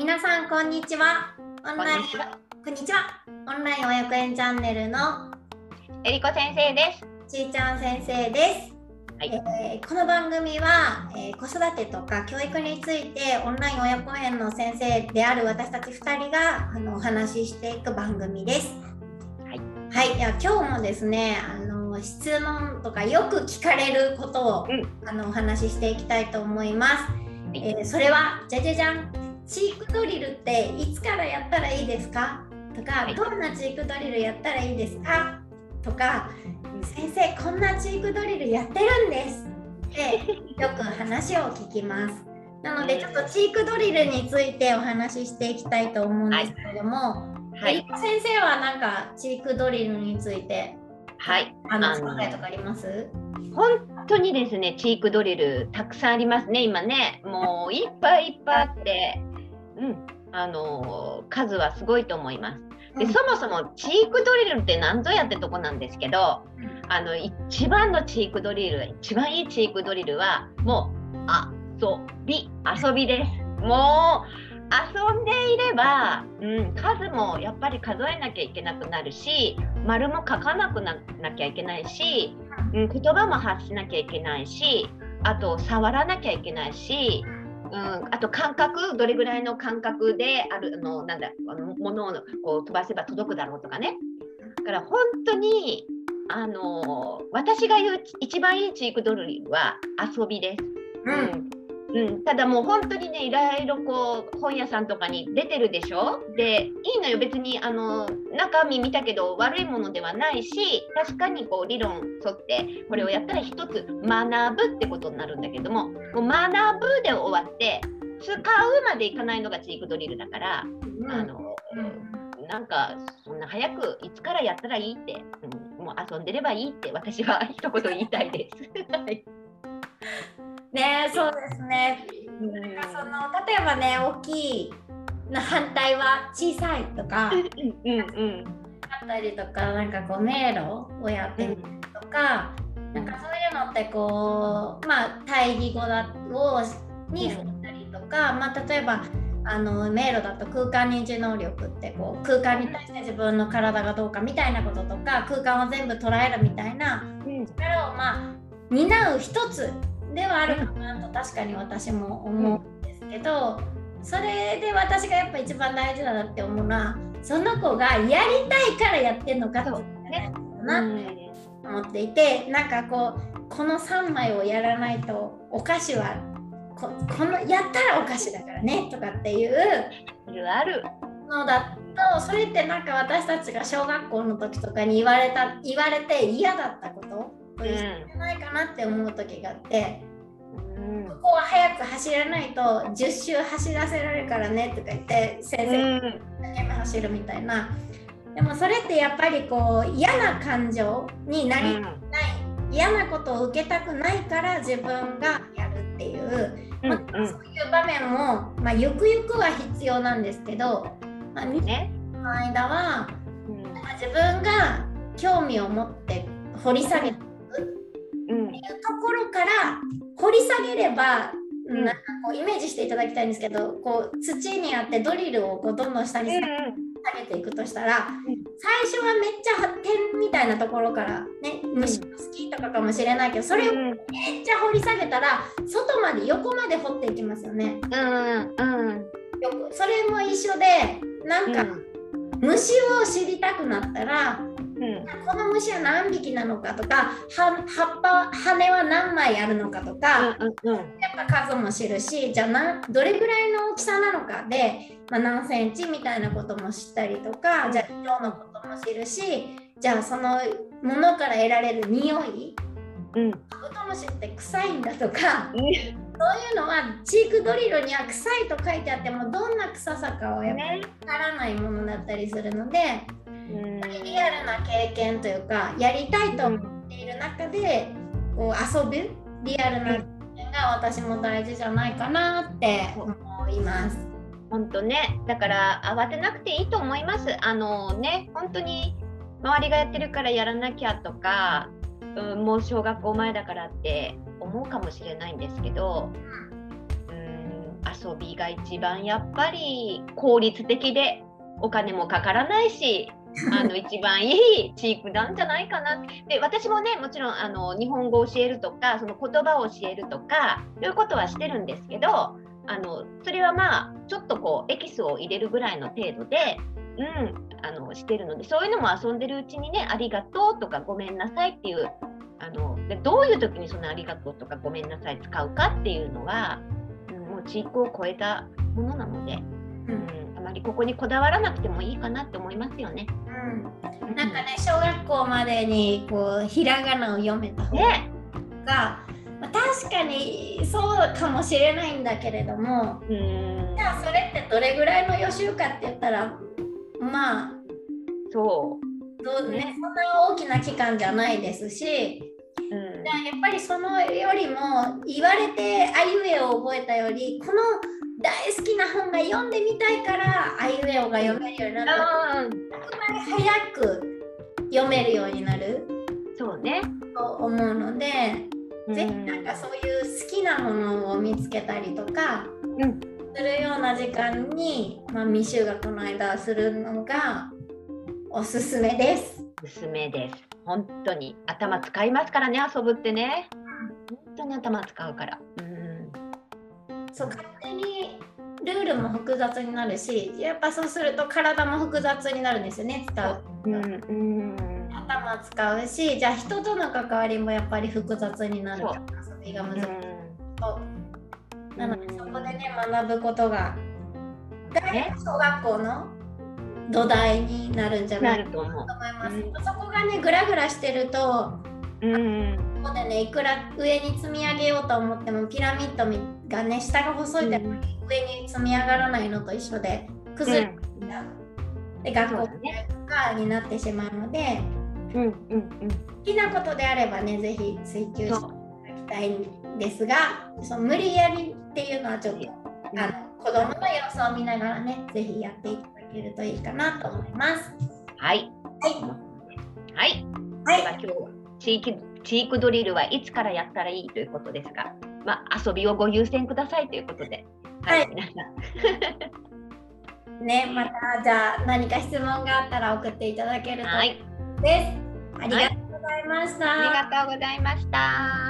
皆さんこんにちは。オンラインこんにちは。オンライン親子園チャンネルのえりこ先生です。 ちーちゃん先生です。はい。この番組は、子育てとか教育についてオンライン親子園の先生である私たち2人がお話ししていく番組です。はい。はい。では今日もですね、質問とかよく聞かれることを、お話ししていきたいと思います。それはじゃじゃじゃん。チークドリルっていつからやったらいいですかとか、どんなチークドリルやったらいいですかとか、先生こんなチークドリルやってるんですってよく話を聞きます。なのでちょっとチークドリルについてお話ししていきたいと思うんですけれども、えりこ先生はなんかチークドリルについて考えとかあります？ 本当にですね、チークドリルたくさんありますね、今ね。もういっぱいいっぱいあって、数はすごいと思います。で、そもそもチークドリルって何ぞやってとこなんですけど、一番のチークドリル、一番いいチークドリルはもう遊びです。もう遊んでいれば、数もやっぱり数えなきゃいけなくなるし、丸も書かなくなきゃいけないし、言葉も発しなきゃいけないし、あと触らなきゃいけないし、あと感覚、どれぐらいの感覚で物をこう飛ばせば届くだろうとかね。だから本当に私が言う一番いいチークドリルは遊びです。ただもう本当にね、いろいろこう本屋さんとかに出てるでしょ。で、いいのよ、別に中身見たけど悪いものではないし、確かにこう理論沿ってこれをやったら一つ学ぶってことになるんだけども、もう学ぶで終わって使うまでいかないのがチークドリルだから、なんかそんな早くいつからやったらいいって、もう遊んでればいいって私は一言言いたいです。 ね、そうですね。例えばね、大きいの反対は小さいとかあったりとか、なんかこう迷路をやってみるとか、なんかそういうのってこう、対義語に振ったりとか、例えば迷路だと空間認知能力ってこう空間に対して自分の体がどうかみたいなこととか、空間を全部捉えるみたいな力を担う一つではあるかなと確かに私も思うんですけど、それで私がやっぱ一番大事だなって思うのは、その子がやりたいからやってんのかってなって思っていて、なんかこの3枚をやらないとお菓子はこのやったらお菓子だからねとかっていうのだと、それってなんか私たちが小学校の時とかに言われて嫌だったことじゃないかなって思う時があって、ここは早く走らないと10周走らせられるからねとか言って先生が一生懸命走るみたいな。でもそれってやっぱりこう嫌な感情になりたくない、嫌なことを受けたくないから自分がやるっていう、そういう場面も、ゆくゆくは必要なんですけど、その間は、自分が興味を持って掘り下げてっていうところから掘り下げれば、なんかこうイメージしていただきたいんですけど、こう土にあってドリルをこうどんどん下に下げていくとしたら、最初はめっちゃ点みたいなところからね、虫が好きとかかもしれないけど、それをめっちゃ掘り下げたら外まで横まで掘っていきますよね。それも一緒で、なんか虫を知りたくなったら、この虫は何匹なのかとか、葉っぱ羽は何枚あるのかとか、やっぱ数も知るし、じゃあどれぐらいの大きさなのかで、何センチみたいなことも知ったりとか、じゃあ色のことも知るし、じゃあそのものから得られる匂い、カブトムシって臭いんだとか、そういうのはチークドリルには臭いと書いてあっても、どんな臭さかはやっぱりわからないものだったりするので、リアルな経験というか、やりたいと思っている中でこう遊ぶリアルな経験が私も大事じゃないかなって思います。 本当ね、だから慌てなくていいと思います。本当に周りがやってるからやらなきゃとか、もう小学校前だからって思うかもしれないんですけど、 遊びが一番やっぱり効率的でお金もかからないし一番いいチークなんじゃないかな。で私もねもちろん日本語を教えるとかその言葉を教えるとかそういうことはしてるんですけどそれはまあちょっとこうエキスを入れるぐらいの程度で、してるのでそういうのも遊んでるうちにねありがとうとかごめんなさいっていうでどういう時にそのありがとうとかごめんなさい使うかっていうのは、もうチークを超えたものなので、あまりここにこだわらなくてもいいかなって思いますよね。 なんかね小学校までにこうひらがなを読めた方が、確かにそうかもしれないんだけれども、じゃあそれってどれぐらいの予習かって言ったらまあそうそんな大きな期間じゃないですし、やっぱりそのよりも言われてあいうえおを覚えたよりこの大好きな本が読んでみたいからあいうえおが読めるようになったら早く読めるようになるそうねと思うので、ぜひなんかそういう好きなものを見つけたりとか、するような時間に、未就学の間するのがおすすめです。 おすすめです。本当に頭使いますからね遊ぶってね。本当に頭使うから。 そう勝手にルールも複雑になるしやっぱそうすると体も複雑になるんですよね使う。頭使うしじゃあ人との関わりもやっぱり複雑になるから遊びが難しい。なのでそこでね学ぶことが小学校の土台になるんじゃないかと思います。そこがねグラグラしてると、ここでねいくら上に積み上げようと思ってもピラミッドがね下が細いで上に積み上がらないのと一緒で崩れてきちゃう。で学校になってしまうので、好きなことであればねぜひ追求していただきたいんですが、その無理やりっていうのはちょっと子供の様子を見ながらねぜひやっていただけるといいかなと思います。 はいはい、では今日はチークドリルはいつからやったらいいということですが、遊びをご優先くださいということで、皆さんね、またじゃあ何か質問があったら送っていただけるとです。ありがとうございました。 ありがとうございました。